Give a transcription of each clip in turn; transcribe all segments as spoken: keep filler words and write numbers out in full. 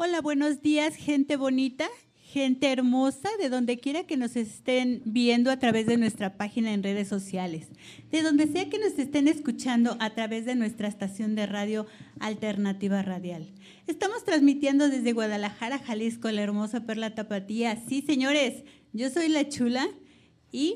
Hola, buenos días, gente bonita, gente hermosa, de donde quiera que nos estén viendo a través de nuestra página en redes sociales, de donde sea que nos estén escuchando a través de nuestra estación de radio Alternativa Radial. Estamos transmitiendo desde Guadalajara, Jalisco, la hermosa Perla Tapatía. Sí, señores, yo soy la Chula y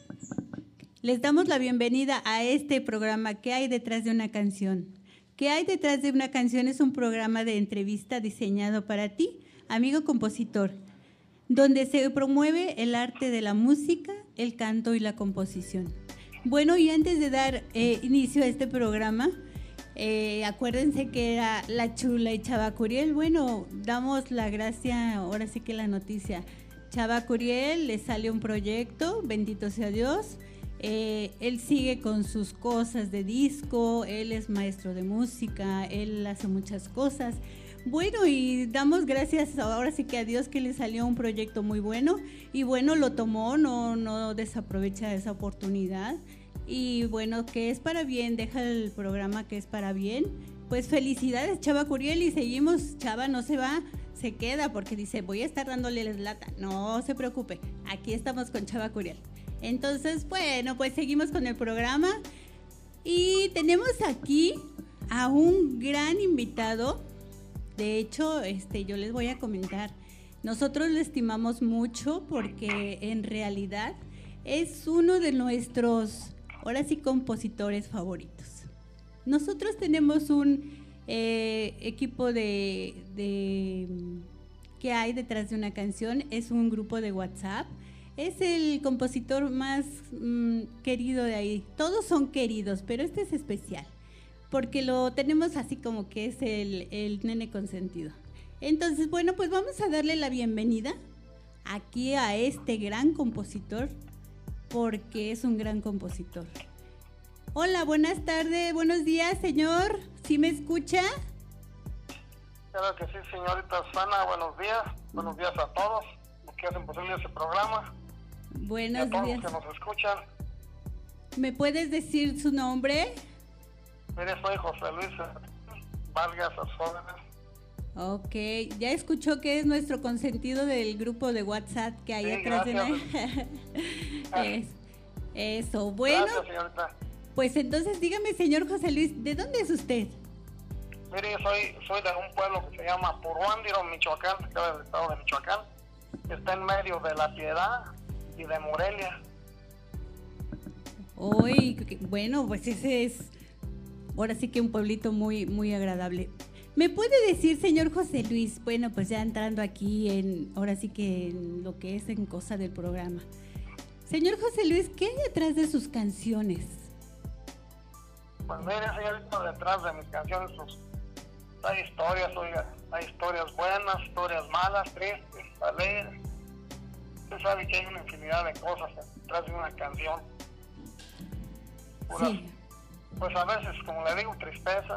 les damos la bienvenida a este programa ¿Qué hay detrás de una canción? ¿Qué hay detrás de una canción? Es un programa de entrevista diseñado para ti, amigo compositor, donde se promueve el arte de la música, el canto y la composición. Bueno, y antes de dar eh, inicio a este programa, eh, acuérdense que era La Chula y Chava Curiel. Bueno, damos la gracia, ahora sí que la noticia. Chava Curiel le sale un proyecto, bendito sea Dios. Eh, él sigue con sus cosas de disco, él es maestro de música, él hace muchas cosas. Bueno, y damos gracias ahora sí que a Dios que le salió un proyecto muy bueno y bueno, lo tomó, no, no desaprovecha esa oportunidad y bueno, que es para bien, deja el programa que es para bien. Pues felicidades, Chava Curiel, y seguimos. Chava no se va, se queda porque dice voy a estar dándoles lata. No se preocupe, aquí estamos con Chava Curiel. Entonces, bueno, pues seguimos con el programa y tenemos aquí a un gran invitado. De hecho, este, yo les voy a comentar, nosotros lo estimamos mucho porque en realidad es uno de nuestros, ahora sí, compositores favoritos. Nosotros tenemos un eh, equipo de, de ¿qué hay detrás de una canción? Es un grupo de WhatsApp. Es el compositor más mmm, querido de ahí. Todos son queridos, pero este es especial, porque lo tenemos así como que es el, el nene consentido. Entonces, bueno, pues vamos a darle la bienvenida aquí a este gran compositor, porque es un gran compositor. Hola, buenas tardes, buenos días, señor. ¿Sí me escucha? Claro que sí, señorita Susana, buenos días. Buenos días a todos los que hacen posible este programa. Buenos y a todos días. los que nos escuchan. ¿Me puedes decir su nombre? Mire, soy José Luis Vargas Azódenes. Ok, ya escuchó que es nuestro consentido del grupo de WhatsApp que hay Sí, atrás de la... es, eso, bueno. Gracias, señorita. Pues entonces dígame, señor José Luis, ¿de dónde es usted? Mire, soy, soy de un pueblo que se llama Puruándiro, Michoacán, que está del estado de Michoacán. Está en medio de La Piedad y de Morelia. Uy, bueno, pues ese es ahora sí que un pueblito muy, muy agradable. ¿Me puede decir, señor José Luis, bueno, pues ya entrando aquí en, ahora sí que en lo que es en cosa del programa. Señor José Luis, ¿qué hay detrás de sus canciones? Pues mire, señorita, detrás de mis canciones, pues, hay historias, oiga, hay historias buenas, historias malas, tristes, alegres. Usted sabe que hay una infinidad de cosas detrás de una canción. Puras, sí. Pues a veces, como le digo, tristeza,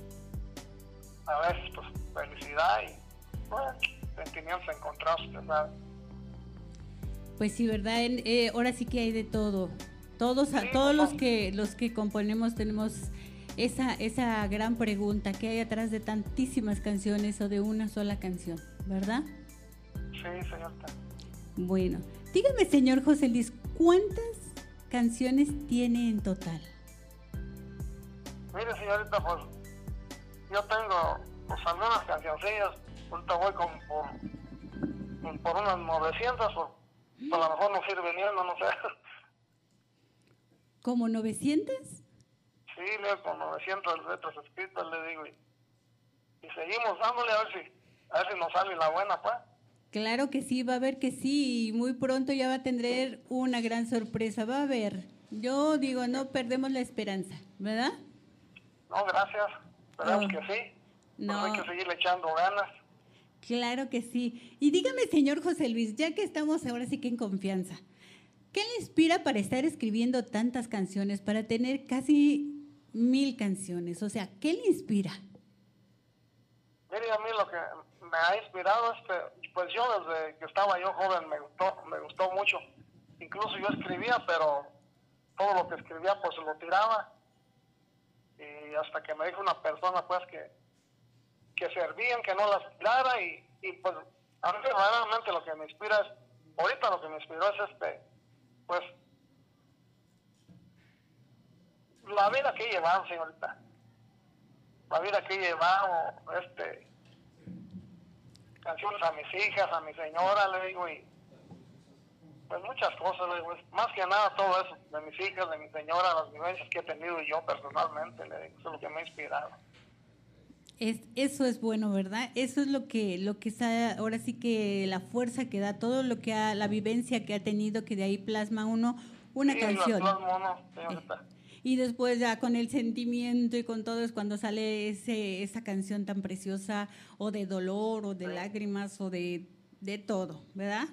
a veces pues felicidad y bueno, sentimientos encontrados, usted sabe. Pues sí, ¿verdad? Eh, ahora sí que hay de todo. Todos, sí, todos los que los que componemos tenemos esa, esa gran pregunta, ¿qué hay atrás de tantísimas canciones o de una sola canción, verdad? Sí, señorita. Bueno, dígame, señor José Luis, ¿cuántas canciones tiene en total? Mire, señorita, pues yo tengo pues algunas cancioncillas, ahorita voy como por, por unas novecientas, o pues, a lo mejor no sirve ni una, no sé. ¿Como novecientas? Sí, leo con novecientas letras escritas, le digo, y, y seguimos dándole a ver si, a ver si nos sale la buena, pues. Claro que sí, va a ver que sí, y muy pronto ya va a tener una gran sorpresa, va a ver. Yo digo, no perdemos la esperanza, ¿verdad? No, gracias, esperemos oh, que sí, no. Pero hay que seguirle echando ganas. Claro que sí. Y dígame, señor José Luis, ya que estamos ahora sí que en confianza, ¿qué le inspira para estar escribiendo tantas canciones, para tener casi mil canciones? O sea, ¿qué le inspira? Mire, a mí lo que me ha inspirado es que, pues yo desde que estaba yo joven me gustó, me gustó mucho. Incluso yo escribía, pero todo lo que escribía pues lo tiraba. Y hasta que me dijo una persona pues que, que servían, que no las tirara, y, y pues a mí verdaderamente lo que me inspira es, ahorita lo que me inspiró es este, pues, la vida que he llevado, señorita, la vida que he llevado, este, canciones a mis hijas, a mi señora, le digo, y pues muchas cosas, le digo, más que nada todo eso, de mis hijas, de mi señora, las vivencias que he tenido yo personalmente, le digo, eso es lo que me ha inspirado. Es, eso es bueno, ¿verdad? Eso es lo que, lo que está, ahora sí que la fuerza que da, todo lo que ha, la vivencia que ha tenido, que de ahí plasma uno una sí, canción. Plasma uno, señorita. Eh, y después ya con el sentimiento y con todo es cuando sale ese, esa canción tan preciosa, o de dolor, o de sí. lágrimas, o de, de todo, ¿verdad?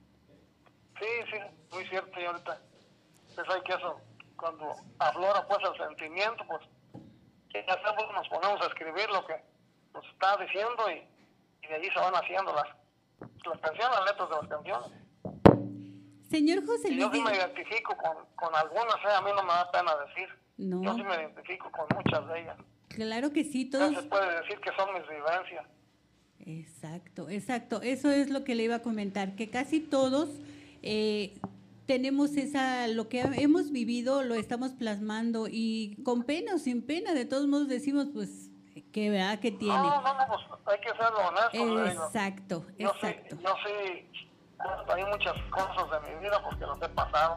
Sí, sí, muy cierto, señorita. Pues hay que eso, cuando aflora pues el sentimiento, pues ya hacemos, nos ponemos a escribir lo que nos está diciendo, y, y de allí se van haciendo las, las canciones, las letras de las canciones. Señor José Luis. Y yo sí me identifico con, con algunas, ¿eh? A mí no me da pena decir. No. Yo sí me identifico con muchas de ellas. Claro que sí, todos. Ya se puede decir que son mis vivencias. Exacto, exacto. Eso es lo que le iba a comentar, que casi todos eh, tenemos esa, lo que hemos vivido lo estamos plasmando, y con pena o sin pena, de todos modos decimos, pues, que verdad que tiene. No, no, no, pues hay que ser honesto. Exacto, yo exacto. Sí, yo sí, hay muchas cosas de mi vida porque los he pasado.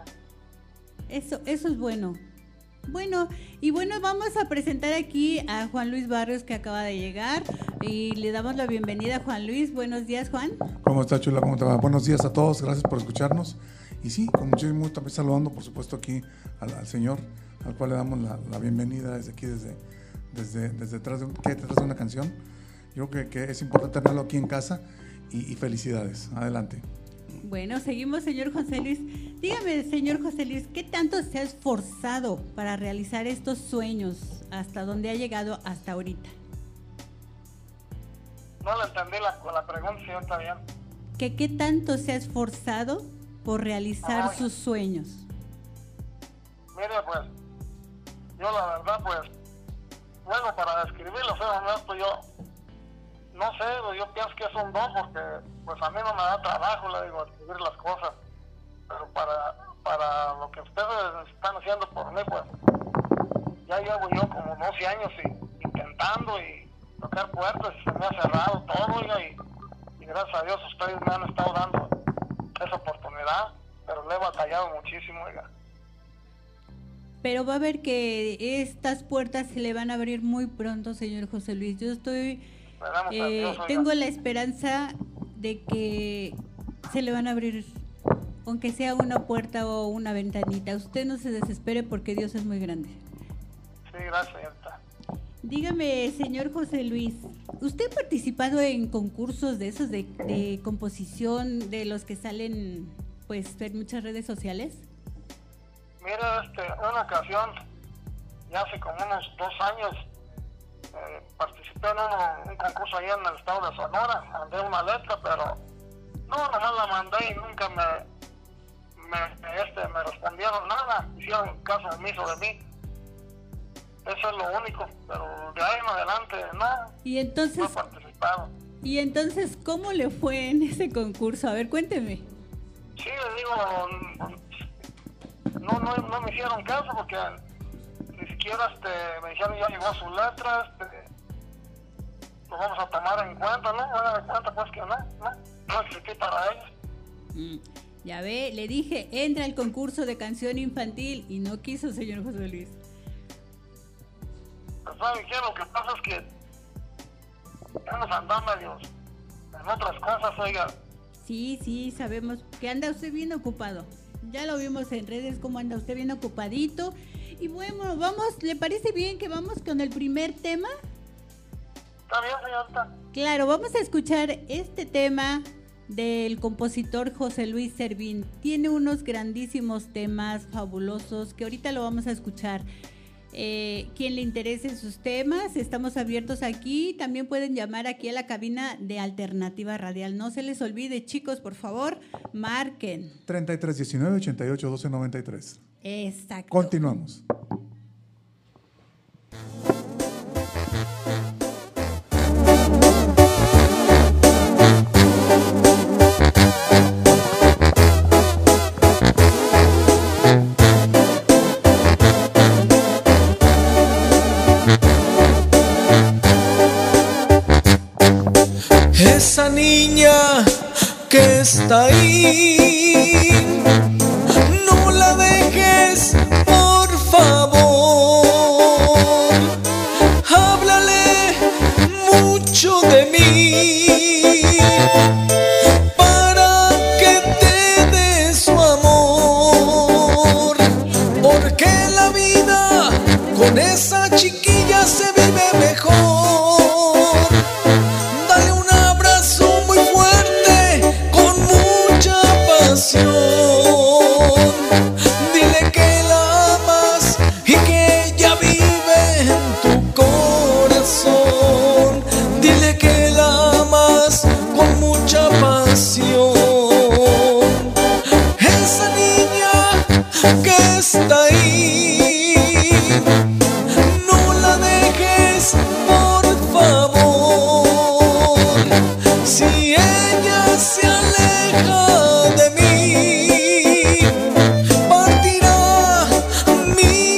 Eso, eso es bueno. Bueno, y bueno, vamos a presentar aquí a Juan Luis Barrios, que acaba de llegar, y le damos la bienvenida a Juan Luis. Buenos días, Juan. ¿Cómo está, Chula? ¿Cómo te va? Buenos días a todos, gracias por escucharnos. Y sí, con muchísimo gusto, también saludando, por supuesto, aquí al, al señor, al cual le damos la, la bienvenida desde aquí, desde, desde, desde detrás, de, ¿qué? detrás de una canción. Yo creo que, que es importante tenerlo aquí en casa, y, y felicidades. Adelante. Bueno, seguimos, señor José Luis. Dígame, señor José Luis, ¿qué tanto se ha esforzado para realizar estos sueños hasta donde ha llegado hasta ahorita? No le entendí la, la pregunta, señor, está bien. ¿Que qué tanto se ha esforzado por realizar Ay. sus sueños? Mire, pues, yo la verdad, pues, bueno, para describirlo, ser honesto, yo no sé, yo pienso que es un don, porque pues a mí no me da trabajo, le digo, escribir las cosas, pero para, para lo que ustedes están haciendo por mí, pues, ya llevo yo como doce años y, intentando y tocar puertas, y se me ha cerrado todo, oiga, y, y gracias a Dios ustedes me han estado dando esa oportunidad, pero le he batallado muchísimo, oiga. Pero va a ver que estas puertas se le van a abrir muy pronto, señor José Luis. Yo estoy, eh, Dios, tengo la esperanza de que se le van a abrir, aunque sea una puerta o una ventanita. Usted no se desespere, porque Dios es muy grande. Sí, gracias, señorita. Dígame, señor José Luis, ¿usted ha participado en concursos de esos de, de composición, de los que salen pues en muchas redes sociales? Mira, este, una ocasión, ya hace como unos dos años, eh, participé en uno, un concurso allá en el estado de Sonora, mandé una letra, pero no, nomás la mandé y nunca me, me, este, me respondieron nada, hicieron caso omiso de mí. Eso es lo único, pero de ahí en adelante no, y entonces, no he participado. Y entonces, ¿cómo le fue en ese concurso? A ver, cuénteme. Sí, le digo, no, no, no me hicieron caso, porque ni siquiera este, me dijeron ya llegó su letra, este, lo vamos a tomar en cuenta, ¿no? Me doy cuenta pues que no, no, no existí para ellos. Mm, ya ve, le dije, entra al concurso de canción infantil, y no quiso, señor José Luis. Pues ¿sabe qué? Lo que pasa es que hemos andado medios en otras cosas, oiga. Sí, sí, sabemos que anda usted bien ocupado. Ya lo vimos en redes, cómo anda usted bien ocupadito. Y bueno, vamos, ¿le parece bien que vamos con el primer tema? Está bien, señorita. Claro, vamos a escuchar este tema del compositor José Luis Servín. Tiene unos grandísimos temas fabulosos que ahorita lo vamos a escuchar. Eh, quien le interese sus temas, estamos abiertos aquí. También pueden llamar aquí a la cabina de Alternativa Radial. No se les olvide, chicos, por favor, marquen. treinta y tres diecinueve, ochenta y ocho, doce, noventa y tres. Exacto. Continuamos. Thank you. esa niña que está ahí, no la dejes, por favor. Háblale mucho de mí para que te dé su amor, porque la vida con esa chiquilla se vive mejor. Dale un abrazo muy fuerte con mucha pasión. Dile que la amas y que ella vive en tu corazón. Dile que la amas con mucha pasión. Esa niña que está ahí, no la dejes, por favor. Si ella se aleja de mí, partirá mi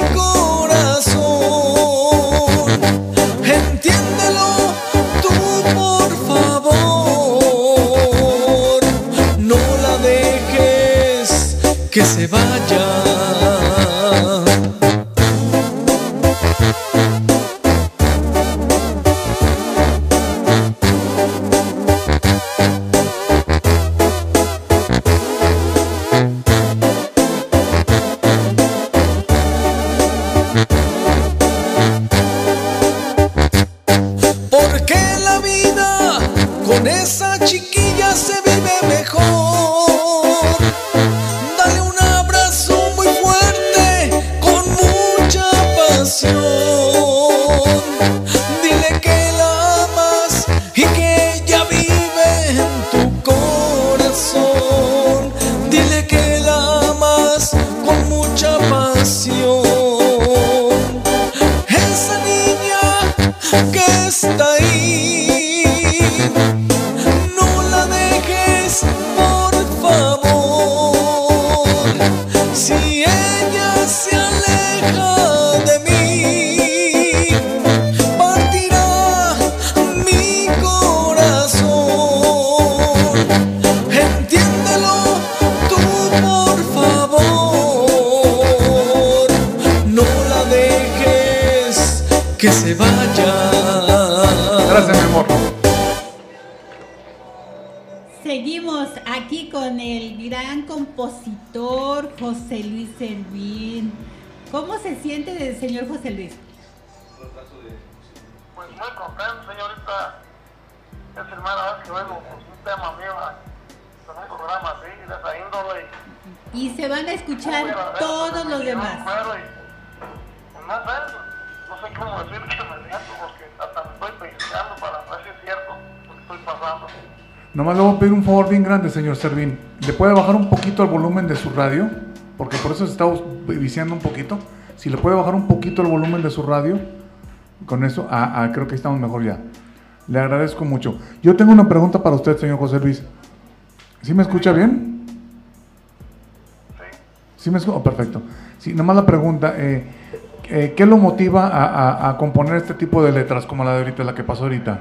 corazón. Entiéndelo tú, por favor. No la dejes que se vaya. Porque la vida con esa chiquilla se vive mejor. Dale un abrazo muy fuerte con mucha pasión. Dile que la amas y que ella vive en tu corazón. Dile que la amas con mucha pasión. Esa niña que está ahí, no la dejes, por favor. Si ella se aleja de mí, partirá mi corazón. Entiéndelo tú, por favor. No la dejes que se vaya. Gracias, mi amor. Seguimos aquí con el gran compositor José Luis Servín. ¿Cómo se siente el señor José Luis? Pues muy contento, señorita. Es la primera vez que vengo con un tema mío en un programa así, de esa índole. Y se van a escuchar todos los demás. Pero, y, pues, no sé, no sé cómo decir que me siento, porque hasta me estoy pensando para ver si es cierto lo que estoy pasando. Nomás le voy a pedir un favor bien grande, señor Servín. ¿Le puede bajar un poquito el volumen de su radio? Porque por eso estamos viciando un poquito. Si le puede bajar un poquito el volumen de su radio, con eso, ah, ah, creo que estamos mejor ya. Le agradezco mucho. Yo tengo una pregunta para usted, señor José Luis. ¿Sí me escucha bien? Sí. ¿Sí me escucha? Oh, perfecto. Sí, nomás la pregunta, eh, eh, ¿qué lo motiva a, a, a componer este tipo de letras como la de ahorita, la que pasó ahorita?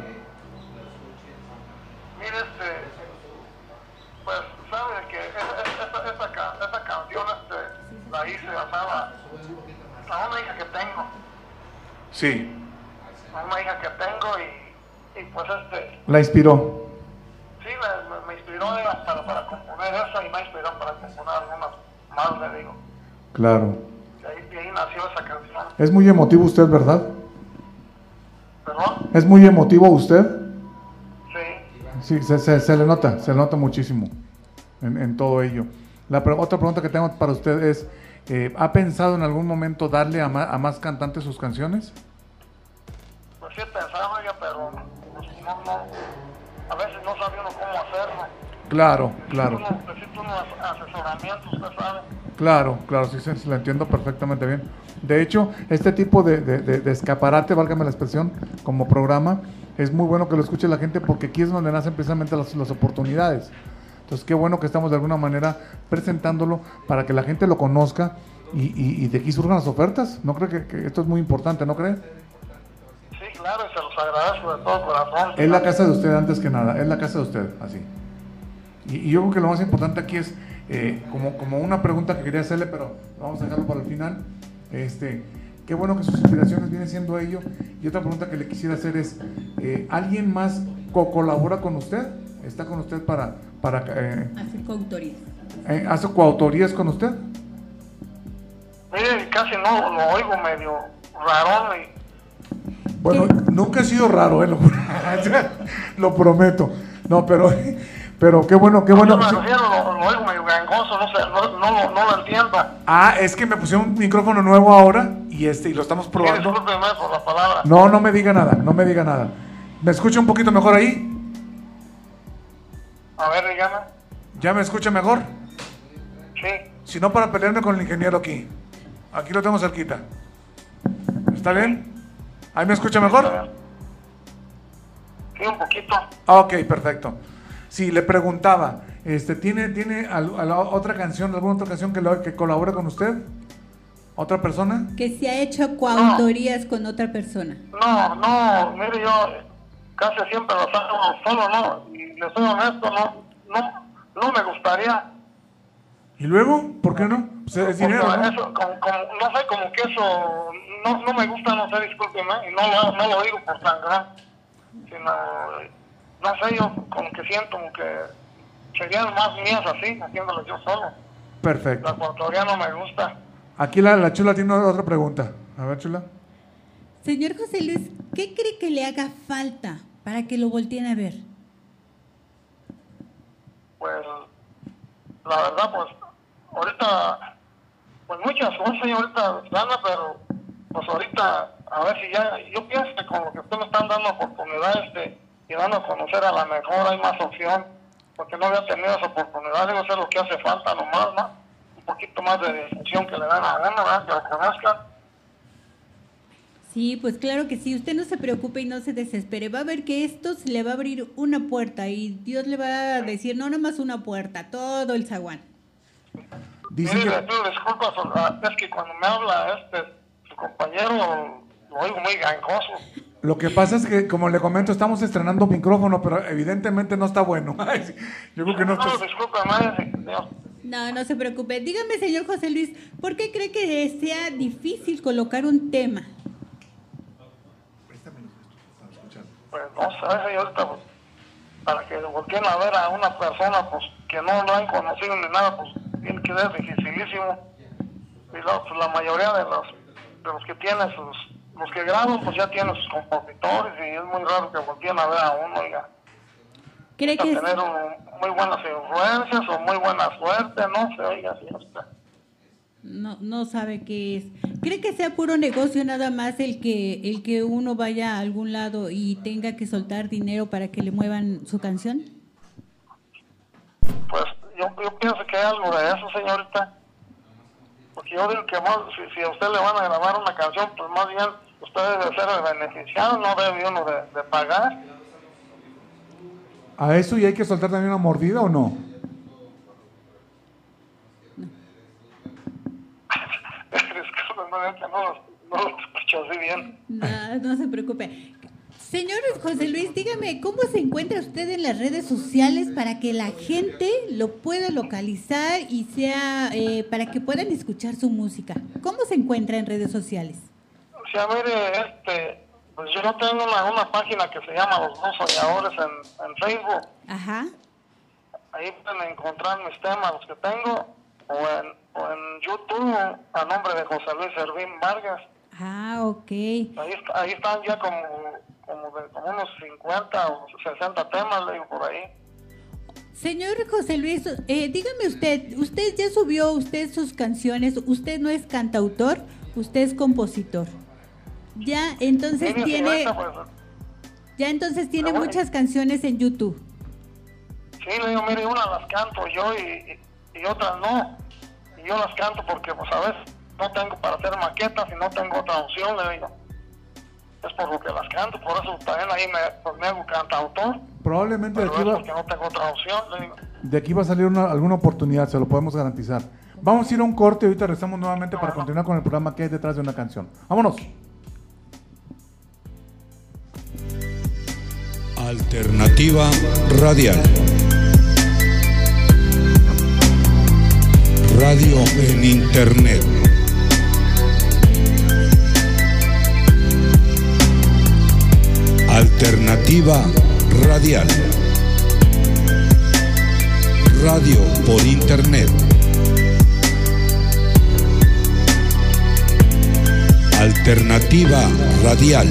Mire, este, pues, sabe que esa, esa, esa, ca- esa canción este, la hice basada a una hija que tengo, Sí. a una hija que tengo y, y pues este, ¿La inspiró? sí, me, me, me inspiró ella para, para componer eso y me inspiró para componer algunas más, le digo. Claro. De ahí, de ahí nació esa canción. Es muy emotivo usted, ¿verdad? ¿Perdón? ¿Es muy emotivo usted? Sí. Sí, se, se, se le nota, se le nota muchísimo en, en todo ello. La pre- otra pregunta que tengo para usted es, eh, ¿ha pensado en algún momento darle a, ma- a más cantantes sus canciones? Pues sí pensaba ella, pero pues, no, no, a veces no sabía uno cómo hacerlo. Claro, claro. Uno, necesita unos asesoramientos, usted sabe. Claro, claro, sí, sí, sí, lo entiendo perfectamente bien. De hecho, este tipo de, de, de, de escaparate, válgame la expresión, como programa, es muy bueno que lo escuche la gente porque aquí es donde nacen precisamente las, las oportunidades. Entonces, qué bueno que estamos de alguna manera presentándolo para que la gente lo conozca y, y, y de aquí surjan las ofertas. ¿No cree que, que esto es muy importante, no cree? Sí, claro, y se los los agradezco de todo corazón. Es la casa de usted antes que nada, es la casa de usted, así. Y, y yo creo que lo más importante aquí es, eh, como, como una pregunta que quería hacerle, pero vamos a dejarlo para el final. Este, qué bueno que sus inspiraciones vienen siendo ello. Y otra pregunta que le quisiera hacer es, eh, ¿alguien más co colabora con usted? ¿Está con usted para... para eh, hacer coautorías? Eh, ¿Hace coautorías con usted? Mire, casi no lo oigo medio rarón. Y... Bueno, ¿qué? Nunca he sido raro, ¿eh? Lo, lo prometo. No, pero... Pero qué bueno, qué bueno. No, me refiero, lo, lo oigo medio gangoso, no sé, no, no, no, no lo entiendo. Ah, es que me pusieron un micrófono nuevo ahora y este y lo estamos probando. Sí, discúlpeme por la palabra. No, no me diga nada, no me diga nada. ¿Me escucha un poquito mejor ahí? A ver, dígame. ¿Ya me escucha mejor? Sí. Si no, para pelearme con el ingeniero aquí. Aquí lo tengo cerquita. ¿Está bien? ¿Ahí me escucha mejor? Sí, un poquito. Ok, perfecto. Sí, le preguntaba, este, ¿tiene, tiene al, a la otra canción, alguna otra canción que, lo, que colabore con usted? ¿Otra persona? Que se ha hecho coautorías no. con otra persona. No, no, mire, yo casi siempre lo hago solo, ¿no? Y le soy honesto, no, no, no me gustaría. ¿Y luego? ¿Por qué no? Pues es dinero, ¿no? Eso, como, como, no sé, como que eso, no, no me gusta, no sé, discúlpeme, y no, no, no lo digo por sangrar, sino... No sé, yo como que siento como que serían más mías así, haciéndolo yo solo. Perfecto. La coautoría no me gusta. Aquí la, la Chula tiene otra pregunta. A ver, Chula. Señor José Luis, ¿qué cree que le haga falta para que lo volteen a ver? Pues, la verdad, pues, ahorita, pues muchas cosas y ahorita gana, pero pues ahorita, a ver si ya, yo pienso que con lo que ustedes me están dando oportunidades de y dando a conocer a la mejor, hay más opción, porque no había tenido esa oportunidad, digo, sé lo que hace falta nomás, ¿no? Un poquito más de difusión que le dan a uno, ¿verdad? Que lo conozcan. Sí, pues claro que sí, usted no se preocupe y no se desespere, va a ver que esto se le va a abrir una puerta y Dios le va a decir, no nomás una puerta, todo el zaguán. Dicen que... le pido disculpas, es que cuando me habla este, su compañero, lo oigo muy gangoso. Lo que pasa es que, como le comento, estamos estrenando micrófono, pero evidentemente no está bueno. Yo creo que no está... No, disculpe, madre, Dios. No, no se preocupe. Dígame, señor José Luis, ¿por qué cree que sea difícil colocar un tema? Pues no sé, señorita, pues, para que volteen a ver a una persona pues que no lo han conocido ni nada, pues tiene que ser dificilísimo. Y la, pues, la mayoría de los, de los que tienen sus... Los que graban, pues ya tienen sus compositores y es muy raro que volteen a ver a uno, oiga. ¿Cree que tener un, muy buenas influencias o muy buena suerte, no sé, oiga, sí, usted. No, no sabe qué es. ¿Cree que sea puro negocio nada más el que el que uno vaya a algún lado y tenga que soltar dinero para que le muevan su canción? Pues yo, yo pienso que hay algo de eso, señorita. Porque yo digo que más, si, si a usted le van a grabar una canción, pues más bien usted debe ser el beneficiado, no debe uno de, de pagar. ¿A eso y hay que soltar también una mordida o no? No. Disculpe, no, no lo escucho así bien. No, no se preocupe. Señor José Luis, dígame, ¿cómo se encuentra usted en las redes sociales para que la gente lo pueda localizar y sea, eh, para que puedan escuchar su música? ¿Cómo se encuentra en redes sociales? O sea, mire, este, pues yo tengo una, una página que se llama Los Dos Soñadores en, en Facebook. Ajá. Ahí pueden encontrar mis temas, los que tengo, o en, o en YouTube a nombre de José Luis Servín Vargas. Ah, ok. Ahí, ahí están ya como... Como, de, como unos cincuenta o sesenta temas, le digo, por ahí. Señor José Luis, eh, dígame usted, usted ya subió usted sus canciones, usted no es cantautor, usted es compositor. Ya, entonces sí, tiene, sí, pues, ya entonces tiene bueno, muchas canciones en YouTube. Sí, le digo, mire, unas las canto yo y, y, y otras no. Y yo las canto porque, pues, a veces no tengo para hacer maquetas y no tengo otra opción, le digo. Es por lo que las canto, por eso también ahí me, pues me hago cantautor. Probablemente de aquí, va, porque no tengo otra opción, le digo. De aquí va a salir una, alguna oportunidad, se lo podemos garantizar. Vamos a ir a un corte y ahorita regresamos nuevamente no, para no. continuar con el programa que hay detrás de una canción. ¡Vámonos! Alternativa Radial. Radio en Internet. Alternativa Radial. Radio por Internet. Alternativa Radial.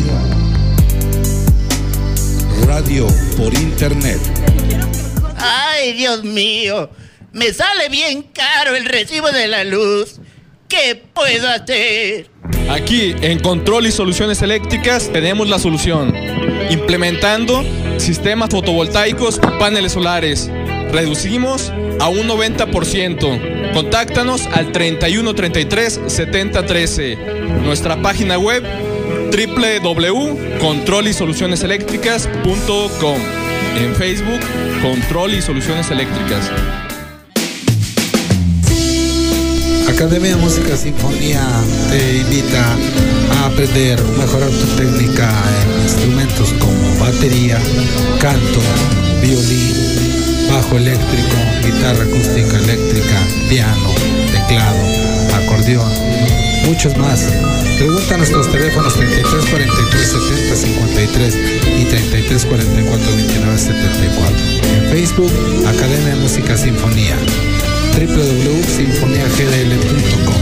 Radio por Internet. Ay, Dios mío, me sale bien caro el recibo de la luz. ¿Qué puedo hacer? Aquí en Control y Soluciones Eléctricas tenemos la solución. Implementando sistemas fotovoltaicos, paneles solares. Reducimos a un noventa por ciento. Contáctanos al treinta y uno treinta y tres setenta trece. Nuestra página web doble u doble u doble u punto control y soluciones eléctricas punto com. En Facebook, Control y Soluciones Eléctricas. Academia de Música Sinfonía te invita a aprender, mejorar tu técnica en instrumentos como batería, canto, violín, bajo eléctrico, guitarra acústica eléctrica, piano, teclado, acordeón, muchos más. Pregunta a nuestros teléfonos treinta y tres cuarenta y tres setenta cincuenta y tres y treinta y tres cuarenta y cuatro veintinueve setenta y cuatro. En Facebook, Academia de Música Sinfonía. doble u doble u doble u punto sinfonía g d l punto com.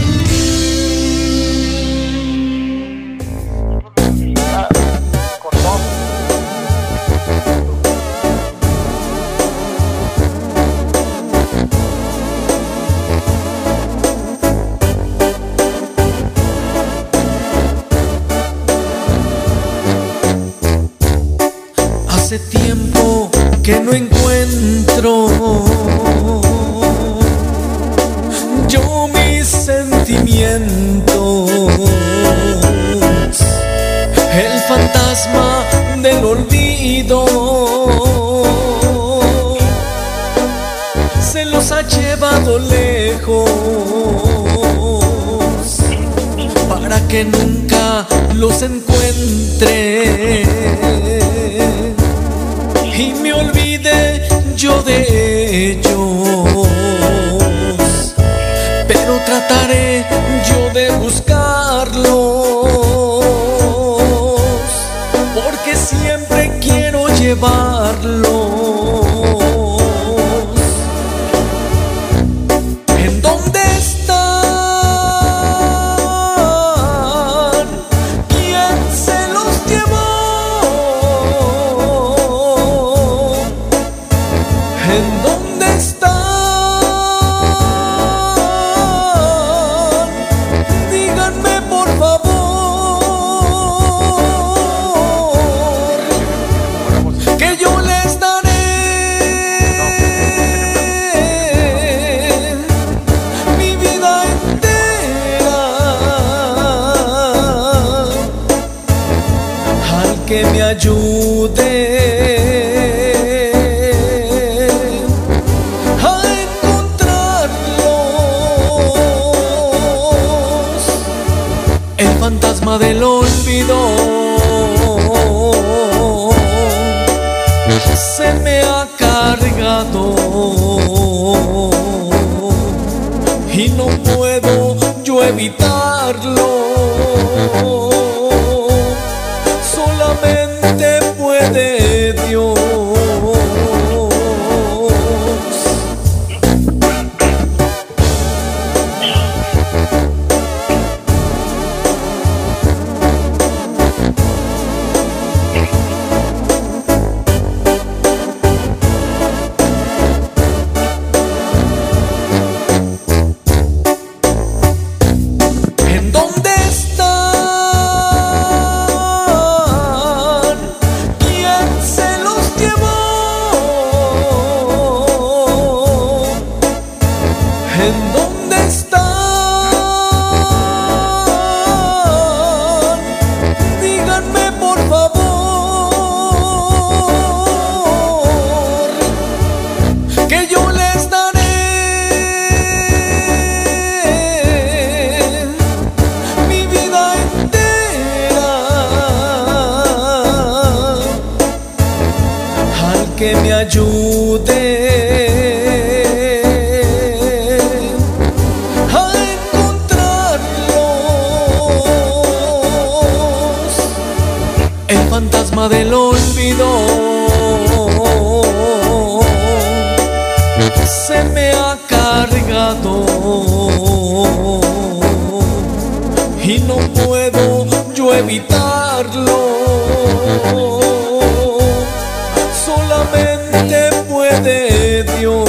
Hace tiempo que no encuentro yo mis sentimientos, el fantasma del olvido se los ha llevado lejos para que nunca los encuentre y me olvide yo de ellos. Pero trataré yo de buscarlos, porque siempre quiero llevarlos. ¿En dónde están? ¿Quién se los llevó? ¿En dónde están? Que me ayude a encontrarlos. El fantasma del olvido se me ha cargado y no puedo yo evitarlo. Solamente puede Dios. fantasma del olvido se me ha cargado y no puedo yo evitarlo. Solamente puede Dios.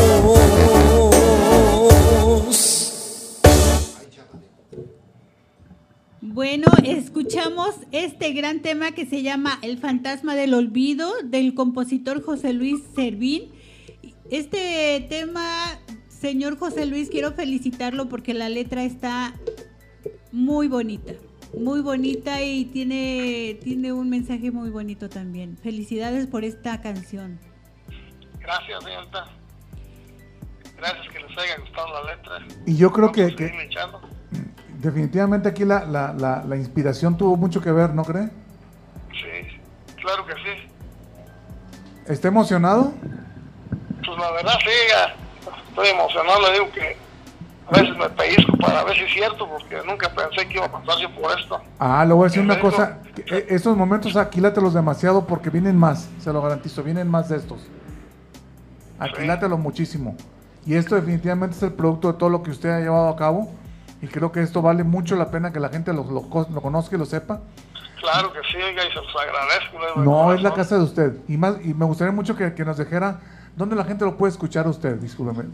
Bueno, escuchamos este gran tema que se llama El fantasma del olvido, del compositor José Luis Servín. Este tema, señor José Luis, quiero felicitarlo porque la letra está muy bonita, muy bonita y tiene, tiene un mensaje muy bonito también. Felicidades por esta canción. Gracias, señorita. Gracias, que les haya gustado la letra. Y yo creo que, Vamos a que seguirle echando. definitivamente aquí la, la, la, la inspiración tuvo mucho que ver, ¿no cree? Sí, claro que sí. ¿Está emocionado? Pues la verdad sí, ya estoy emocionado, le digo que a veces me pellizco para ver si es cierto, porque nunca pensé que iba a pasar yo por esto. Ah, le voy a decir ¿Qué una le digo? cosa, que, eh, estos momentos aquílatelos demasiado porque vienen más, se lo garantizo, vienen más de estos. Aquílatelos muchísimo. Y esto definitivamente es el producto de todo lo que usted ha llevado a cabo, y creo que esto vale mucho la pena que la gente lo, lo, lo conozca y lo sepa. Claro que sí, oiga, y se los agradezco. le digo, de No, corazón. es la casa de usted. Y más y me gustaría mucho que, que nos dijera dónde la gente lo puede escuchar a usted, discúlpeme.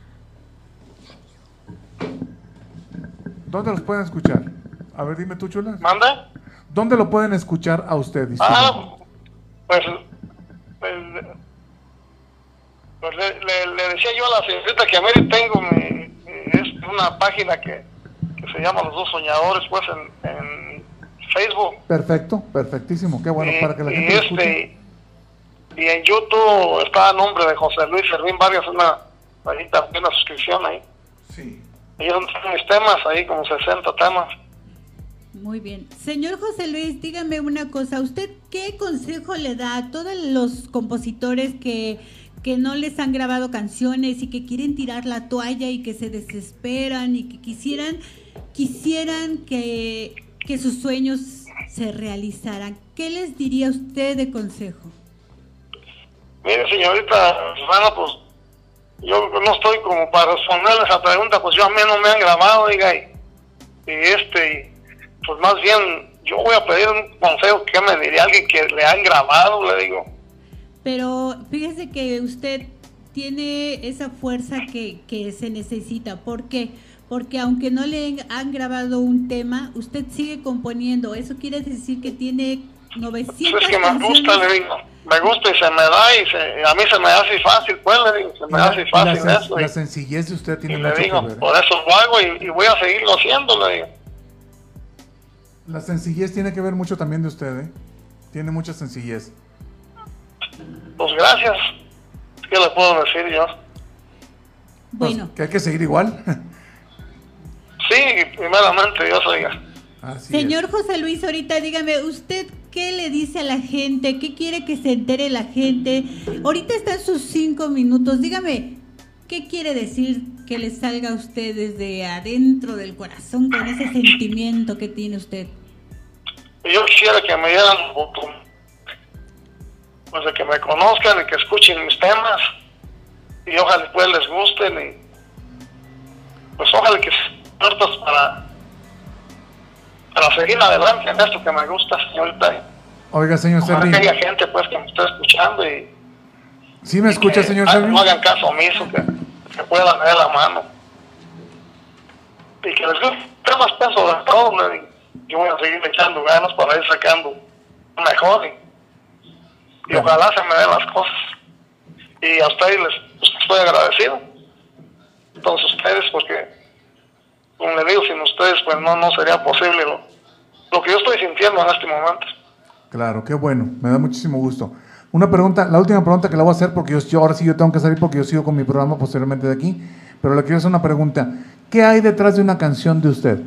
¿Dónde los pueden escuchar? A ver, dime tú, chula. ¿Manda? ¿Dónde lo pueden escuchar a usted? Discúlpeme. Ah, pues, pues, pues le, le, le decía yo a la señorita que a mí tengo mi, mi- es una página que, que se llama Los Dos Soñadores, pues en, en Facebook. Perfecto, perfectísimo. Qué bueno, y, para que la y gente lo escuche. este y en YouTube está a nombre de José Luis Servín Vargas, una ahí también una suscripción ahí. Sí. Y es donde están mis temas, ahí como sesenta temas. Muy bien. Señor José Luis, dígame una cosa, ¿usted qué consejo le da a todos los compositores que, que no les han grabado canciones y que quieren tirar la toalla y que se desesperan y que quisieran, quisieran que, que sus sueños se realizaran? ¿Qué les diría usted de consejo? Mire, señorita Susana, pues yo no estoy como para responderle esa pregunta, pues yo a mí no me han grabado, diga, y, y este, pues más bien yo voy a pedir un consejo que me diría alguien que le han grabado, le digo. Pero fíjese que usted tiene esa fuerza que, que se necesita. ¿Por qué? Porque aunque no le han grabado un tema, usted sigue componiendo. Eso quiere decir que tiene novecientas Pues es que me canciones. gusta, le digo, me gusta y se me da, y se, a mí se me hace fácil, pues le digo, se me La, hace la fácil sen- eso. la Y, sencillez de usted y tiene le mucho digo, que ver. ¿eh? por eso lo hago y, y voy a seguirlo haciendo, le digo. La sencillez tiene que ver mucho también de usted, ¿eh? Tiene mucha sencillez. Pues gracias, ¿qué le puedo decir yo? Pues, Bueno, que hay que seguir igual. Sí, primeramente Dios, oiga. Así señor es. José Luis, ahorita dígame, ¿usted qué le dice a la gente? ¿Qué quiere que se entere la gente? Ahorita están sus cinco minutos. Dígame, ¿qué quiere decir que le salga a usted desde adentro del corazón con ese sentimiento que tiene usted? Yo quisiera que me dieran la oportunidad, pues de que me conozcan y que escuchen mis temas, y ojalá pues les gusten, y pues ojalá que sean puertas para para seguir adelante en esto que me gusta, señorita. Oiga, señor Ojalá Servín. que haya gente pues que me esté escuchando y ¿Sí me escucha, que señor ha- Servín? no hagan caso omiso, que, que puedan dar la mano y que les guste temas pues sobre todo, le digo. Yo voy a seguir echando ganas para ir sacando mejor y, y Bueno. ojalá se me den las cosas, y a ustedes les pues, estoy agradecido, entonces ustedes, porque como le digo, sin ustedes pues no, no sería posible lo, lo que yo estoy sintiendo en este momento. Claro, qué bueno, me da muchísimo gusto. Una pregunta, la última pregunta que le voy a hacer, porque yo, yo ahora sí yo tengo que salir porque yo sigo con mi programa posteriormente de aquí, pero le quiero hacer una pregunta. ¿Qué hay detrás de una canción de usted?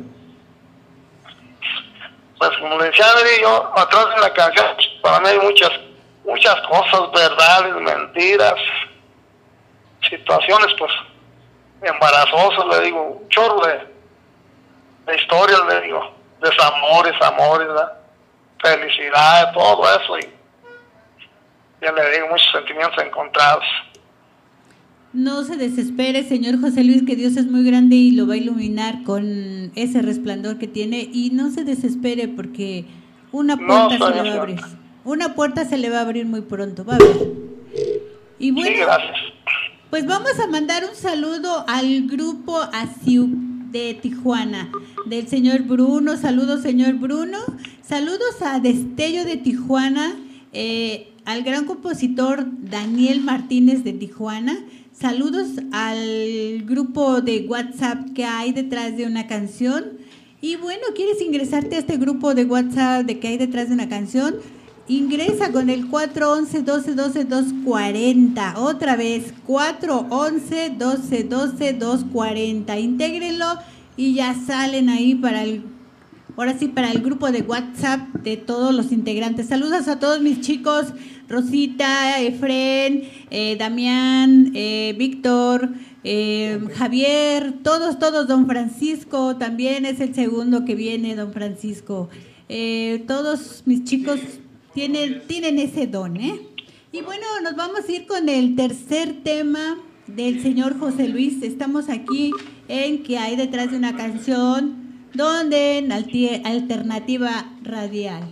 Pues como le decía, yo atrás de la canción, pues, para mí hay muchas, muchas cosas, verdades, mentiras, situaciones pues embarazosas, le digo, un chorro de, de historias, le digo, desamores, amores, ¿verdad? felicidad, todo eso, y ya le digo, muchos sentimientos encontrados. No se desespere, señor José Luis, que Dios es muy grande y lo va a iluminar con ese resplandor que tiene, y no se desespere porque una puerta no, se le va a abrir. Una puerta se le va a abrir muy pronto, va a ver. Y bueno, sí, gracias. Pues vamos a mandar un saludo al grupo ASIU de Tijuana, del señor Bruno. Saludos, señor Bruno. Saludos a Destello de Tijuana, eh, al gran compositor Daniel Martínez de Tijuana. Saludos al grupo de WhatsApp que hay detrás de una canción. Y bueno, ¿quieres ingresarte a este grupo de WhatsApp de que hay detrás de una canción? Ingresa con el cuatro once, doce, doce, doscientos cuarenta. Otra vez, cuatro once, doce, doce, doscientos cuarenta. Intégrenlo y ya salen ahí para el, ahora sí, para el grupo de WhatsApp de todos los integrantes. Saludos a todos mis chicos, Rosita, Efren, eh, Damián, eh, Víctor, eh, Javier, todos, todos, don Francisco, también es el segundo que viene, don Francisco. Eh, todos mis chicos tienen, tienen ese don, ¿eh? Y bueno, nos vamos a ir con el tercer tema del señor José Luis. Estamos aquí en Que hay detrás de una canción, donde en Alternativa Radial.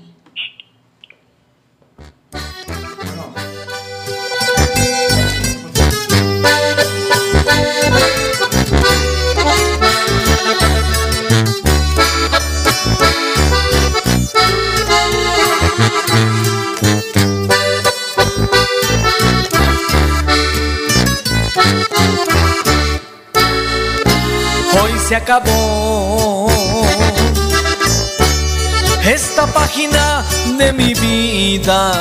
Hoy se acabó esta página de mi vida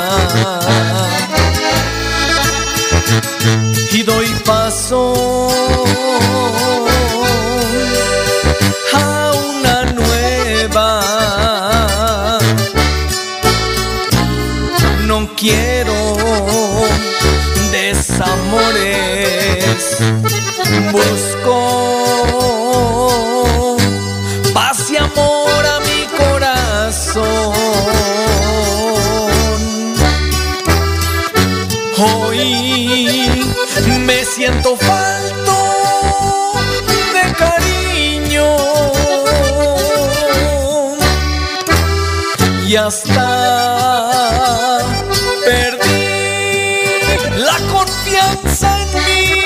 y doy paso a una nueva. No quiero desamores, busco paz y amor a mi corazón. Hoy me siento falto de cariño y hasta perdí la confianza en mí.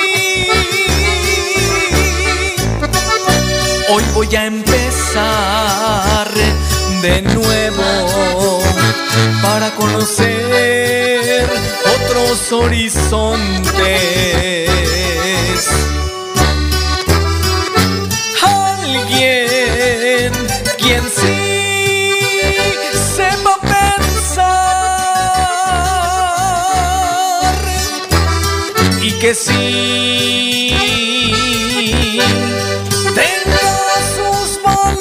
Hoy voy a empezar de nuevo para conocer otros horizontes. Alguien quien sí sepa pensar y que sí tenga sus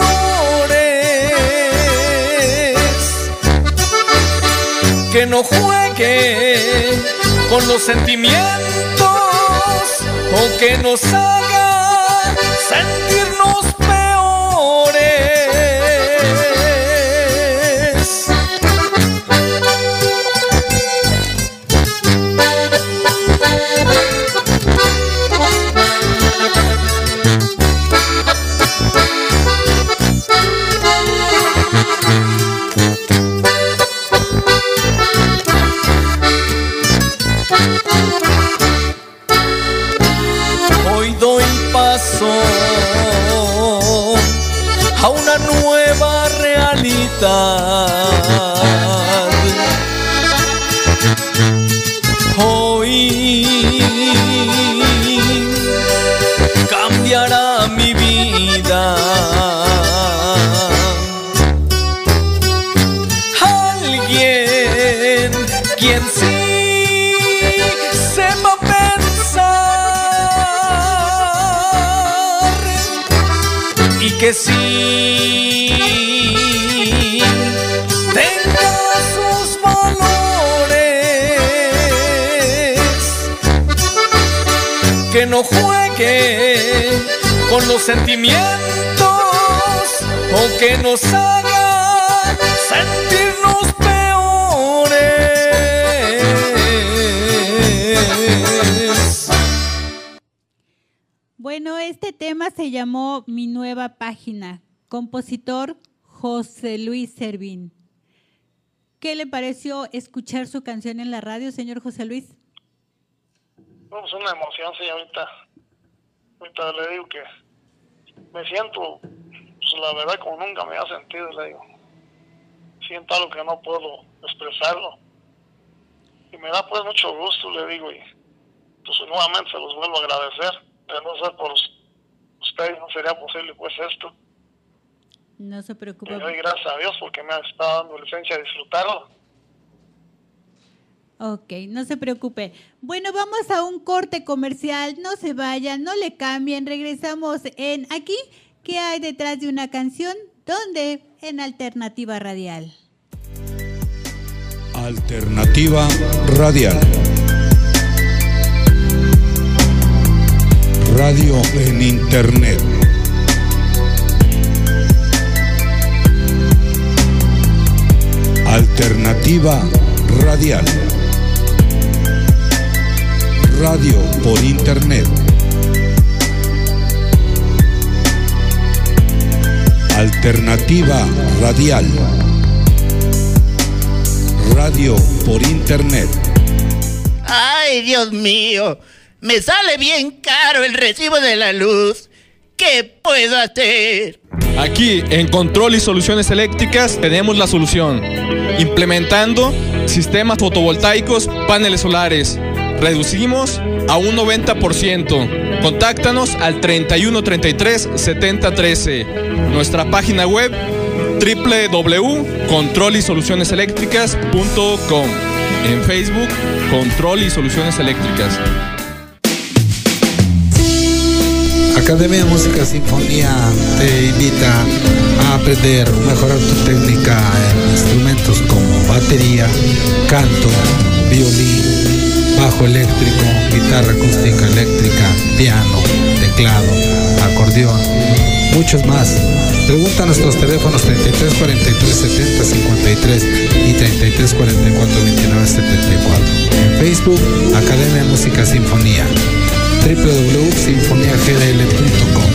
valores, que no juegue con los sentimientos o que nos haga sentirnos peores. A una nueva realidad. Hoy cambiará mi vida. Alguien quien sí sepa pensar y que sí tenga sus valores, que no juegue con los sentimientos o que nos haga sentirnos tema se llamó Mi Nueva Página, compositor José Luis Servín. ¿Qué le pareció escuchar su canción en la radio, señor José Luis? Pues una emoción, señorita. Ahorita le digo que me siento, pues la verdad, como nunca me ha sentido, le digo. Siento algo que no puedo expresarlo. Y me da pues mucho gusto, le digo, y pues nuevamente se los vuelvo a agradecer. De no ser por ustedes no sería posible pues esto. No se preocupe. Y doy gracias a Dios porque me ha estado dando licencia de disfrutarlo. Ok, no se preocupe. Bueno, vamos a un corte comercial. No se vayan, no le cambien. Regresamos en aquí. ¿Qué hay detrás de una canción? ¿Dónde? En Alternativa Radial. Alternativa Radial. Radio en Internet. Alternativa Radial. Radio por Internet. Alternativa Radial. Radio por Internet. Ay, Dios mío, me sale bien caro el recibo de la luz. ¿Qué puedo hacer? Aquí en Control y Soluciones Eléctricas tenemos la solución. Implementando sistemas fotovoltaicos, paneles solares. Reducimos a un noventa por ciento. Contáctanos al treinta y uno treinta y tres setenta trece. Nuestra página web doble u doble u doble u punto control y soluciones eléctricas punto com. En Facebook, Control y Soluciones Eléctricas. Academia de Música Sinfonía te invita a aprender, mejorar tu técnica en instrumentos como batería, canto, violín, bajo eléctrico, guitarra acústica eléctrica, piano, teclado, acordeón, muchos más. Pregunta a nuestros teléfonos treinta y tres cuarenta y tres setenta cincuenta y tres y treinta y tres cuarenta y cuatro veintinueve setenta y cuatro. En Facebook, Academia de Música Sinfonía. doble u doble u doble u punto sinfonía g d l punto com.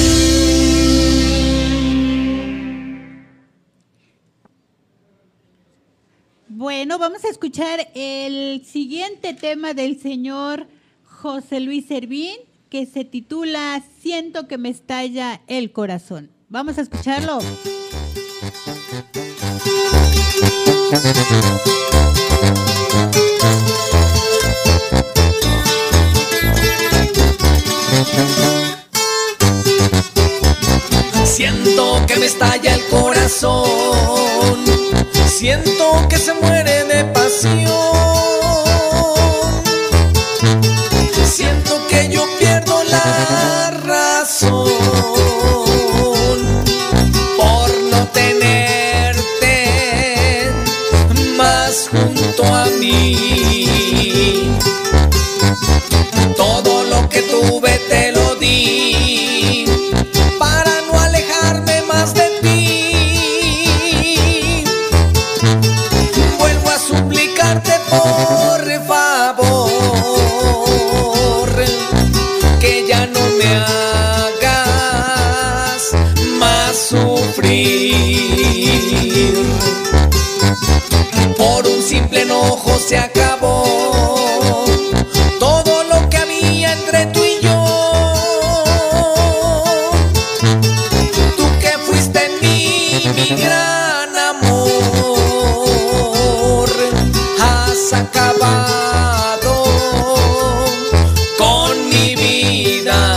Bueno, vamos a escuchar el siguiente tema del señor José Luis Servín, que se titula Siento que me estalla el corazón. Vamos a escucharlo. Siento que me estalla el corazón, siento que se muere de pasión, siento que yo pierdo la razón por no tenerte más junto a mí. Todo lo que tuve te lo di para no alejarme más de ti. Vuelvo a suplicarte por favor que ya no me hagas más sufrir. Por un simple enojo se acabó todo lo que había entre tú y yo. Tú que fuiste en mí mi gran amor, has acabado con mi vida.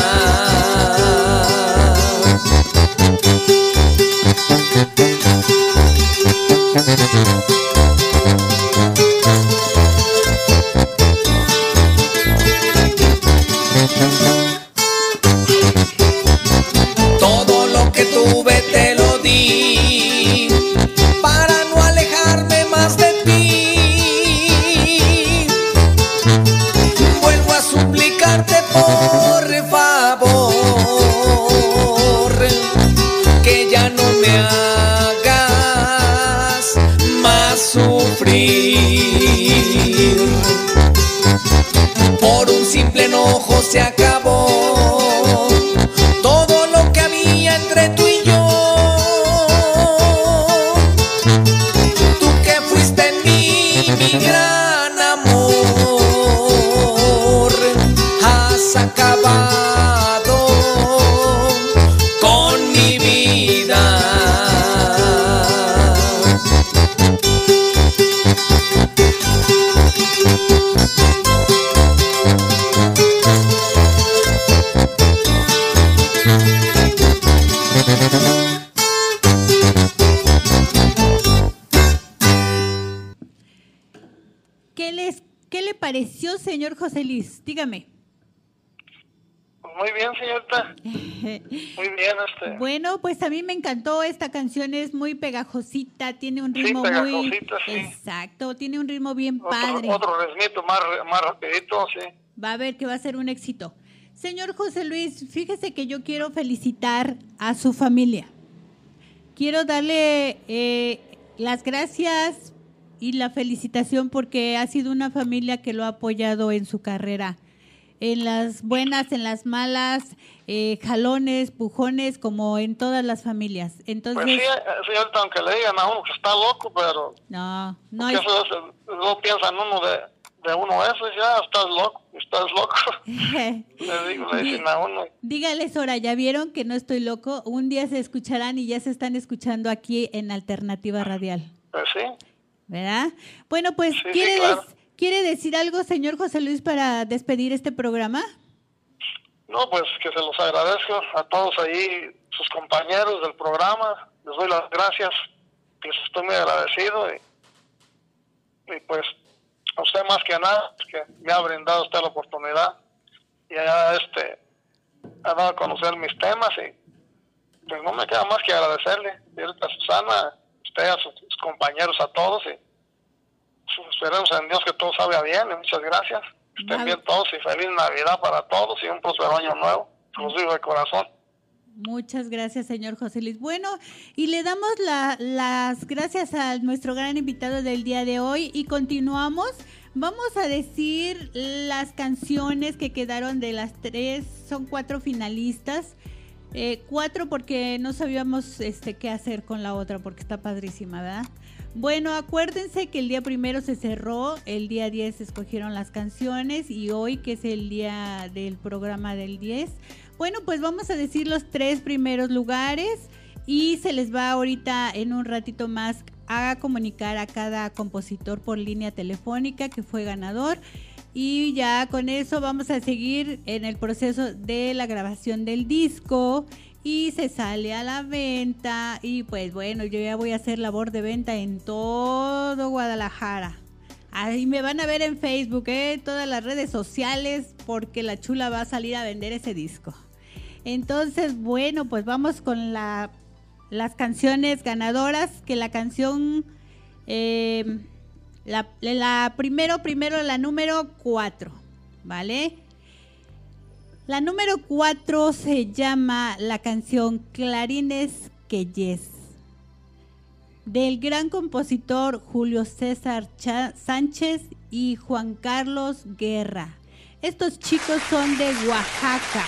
Todo lo que tuve te lo di para no alejarme más de ti. Vuelvo a suplicarte por favor que ya no me hagas más sufrir. Por un simple enojo se acabó ¿qué, les, ¿qué le pareció, señor José Luis? Dígame. Muy bien, señorita. Muy bien, este. Bueno, pues a mí me encantó esta canción, es muy pegajosita, tiene un ritmo sí, muy sí. exacto, tiene un ritmo bien otro, padre. Otro ritmito más, más rapidito, sí. Va a ver que va a ser un éxito. Señor José Luis, fíjese que yo quiero felicitar a su familia. Quiero darle eh, las gracias y la felicitación porque ha sido una familia que lo ha apoyado en su carrera. En las buenas, en las malas, eh, jalones, pujones, como en todas las familias. Entonces, pues sí, señorita, aunque le digan a uno que está loco, pero... No, no es... Eso, no piensan uno de, de uno eso, y ya estás loco, estás loco. le, digo, le dicen a uno. Dígale, Sora, ¿ya vieron que no estoy loco? Un día se escucharán y ya se están escuchando aquí en Alternativa Radial. Pues sí. ¿Verdad? Bueno, pues, sí, ¿quiere sí, claro. des- ¿Quiere decir algo, señor José Luis, para despedir este programa? No, pues que se los agradezco a todos ahí, sus compañeros del programa. Les doy las gracias, que estoy muy agradecido. Y, y pues a usted más que nada, que me ha brindado usted la oportunidad. Y ya este, ha dado a conocer mis temas. Y pues no me queda más que agradecerle. Y ahorita a Susana, usted, a sus, sus compañeros, a todos. Y esperemos en Dios que todo salga bien, y muchas gracias. Que estén Vale. bien todos y feliz Navidad para todos y un próspero año nuevo. Los digo de corazón. Muchas gracias, señor José Luis. Bueno, y le damos la, las gracias a nuestro gran invitado del día de hoy y continuamos. Vamos a decir las canciones que quedaron de las tres, son cuatro finalistas. Eh, cuatro porque no sabíamos este, qué hacer con la otra porque está padrísima, ¿verdad? Bueno, acuérdense que el día primero se cerró, el día diez se escogieron las canciones y hoy que es el día del programa del diez, bueno, pues vamos a decir los tres primeros lugares y se les va ahorita en un ratito más a comunicar a cada compositor por línea telefónica que fue ganador. Y ya con eso vamos a seguir en el proceso de la grabación del disco y se sale a la venta y pues bueno, yo ya voy a hacer labor de venta en todo Guadalajara. Ahí me van a ver en Facebook, ¿eh? Todas las redes sociales porque la chula va a salir a vender ese disco. Entonces, bueno, pues vamos con la, las canciones ganadoras, que la canción... Eh, La, la primero, primero la número cuatro, ¿vale? La número cuatro se llama la canción Clarines Queyes, del gran compositor Julio César Cha- Sánchez y Juan Carlos Guerra. Estos chicos son de Oaxaca.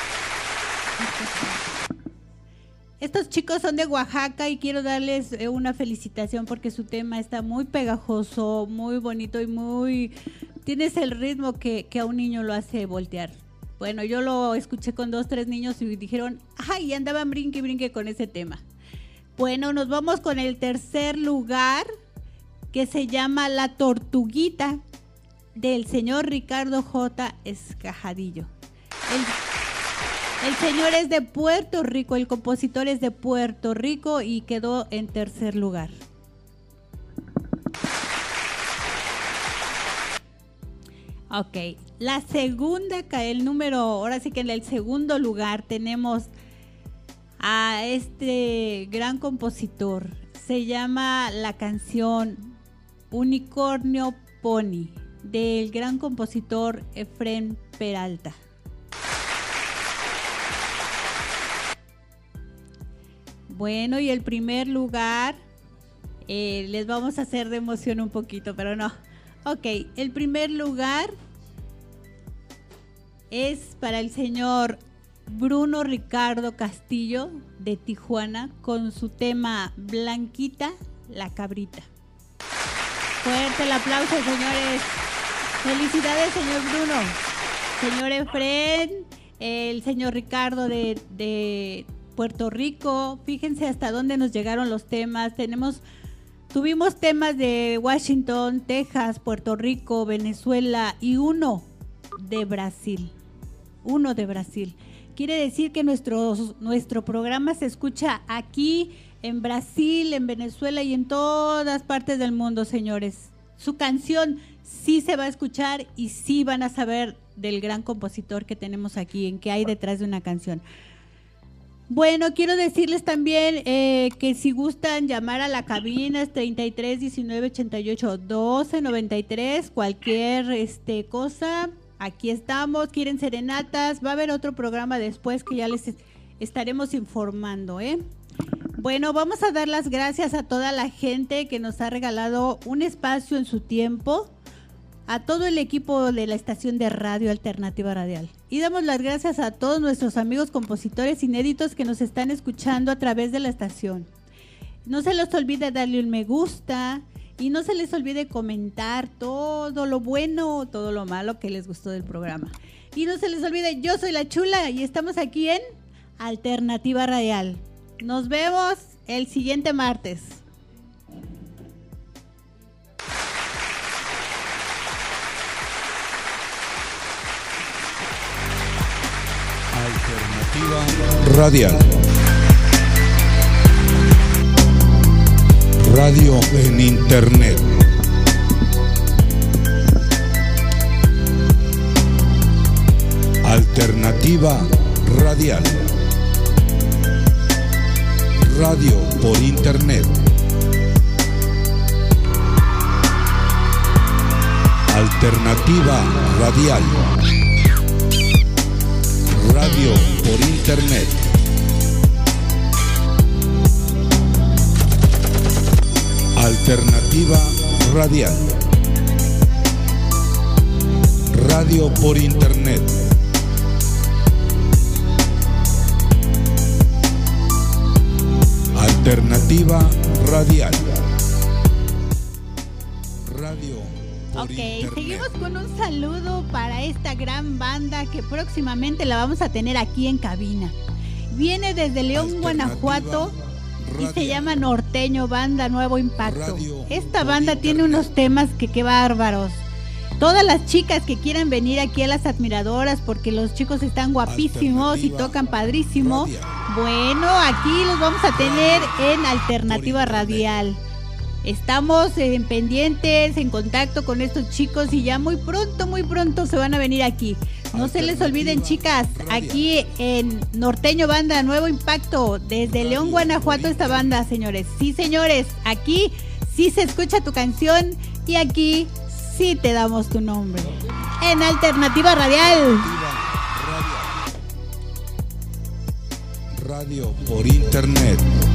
Estos chicos son de Oaxaca y quiero darles eh, una felicitación porque su tema está muy pegajoso, muy bonito y muy... Tienes el ritmo que, que a un niño lo hace voltear. Bueno, yo lo escuché con dos, tres niños y dijeron, ¡ay! Y andaban brinque y brinque con ese tema. Bueno, nos vamos con el tercer lugar, que se llama La Tortuguita, del señor Ricardo J. Escajadillo. El... El señor es de Puerto Rico, el compositor es de Puerto Rico y quedó en tercer lugar. Ok, la segunda, el número, ahora sí que en el segundo lugar tenemos a este gran compositor. Se llama la canción Unicornio Pony, del gran compositor Efrén Peralta. Bueno, y el primer lugar, eh, les vamos a hacer de emoción un poquito, pero no. Ok, el primer lugar es para el señor Bruno Ricardo Castillo de Tijuana con su tema Blanquita la Cabrita. Fuerte el aplauso, señores. Felicidades, señor Bruno. Señor Efrén, el señor Ricardo de... de Puerto Rico, fíjense hasta dónde nos llegaron los temas. Tenemos, tuvimos temas de Washington, Texas, Puerto Rico, Venezuela y uno de Brasil. Uno de Brasil. Quiere decir que nuestro, nuestro programa se escucha aquí, en Brasil, en Venezuela y en todas partes del mundo, señores. su canción sí se va a escuchar y sí van a saber del gran compositor que tenemos aquí, en qué hay detrás de una canción. Bueno, quiero decirles también eh, que si gustan llamar a la cabina es treinta y tres, diecinueve, ochenta y ocho, doce, noventa y tres, cualquier este, cosa, aquí estamos. Quieren serenatas, va a haber otro programa después que ya les estaremos informando, ¿eh? Bueno, vamos a dar las gracias a toda la gente que nos ha regalado un espacio en su tiempo, a todo el equipo de la estación de radio Alternativa Radial. Y damos las gracias a todos nuestros amigos compositores inéditos que nos están escuchando a través de la estación. No se les olvide darle un me gusta y no se les olvide comentar todo lo bueno, todo lo malo que les gustó del programa. Y no se les olvide, yo soy la Chula y estamos aquí en Alternativa Radial. Nos vemos el siguiente martes. Alternativa Radial. Radio en Internet. Alternativa Radial. Radio por Internet. Alternativa Radial. Radio por Internet. Alternativa Radial. Radio por Internet. Alternativa Radial. Radio por Ok, Internet. seguimos con un saludo para esta gran banda que próximamente la vamos a tener aquí en cabina. Viene desde León, Guanajuato y se llama Norteño Banda Nuevo Impacto. Esta banda tiene unos temas que qué bárbaros. Todas las chicas que quieran venir aquí a las admiradoras porque los chicos están guapísimos y tocan padrísimo. Bueno, aquí los vamos a tener en Alternativa Radial. Estamos en pendientes, en contacto con estos chicos y ya muy pronto, muy pronto se van a venir aquí. No se les olviden, chicas, aquí en Norteño Banda Nuevo Impacto, desde León, Guanajuato, esta banda, señores. Sí, señores, aquí sí se escucha tu canción y aquí sí te damos tu nombre. En Alternativa Radial. Radio por Internet.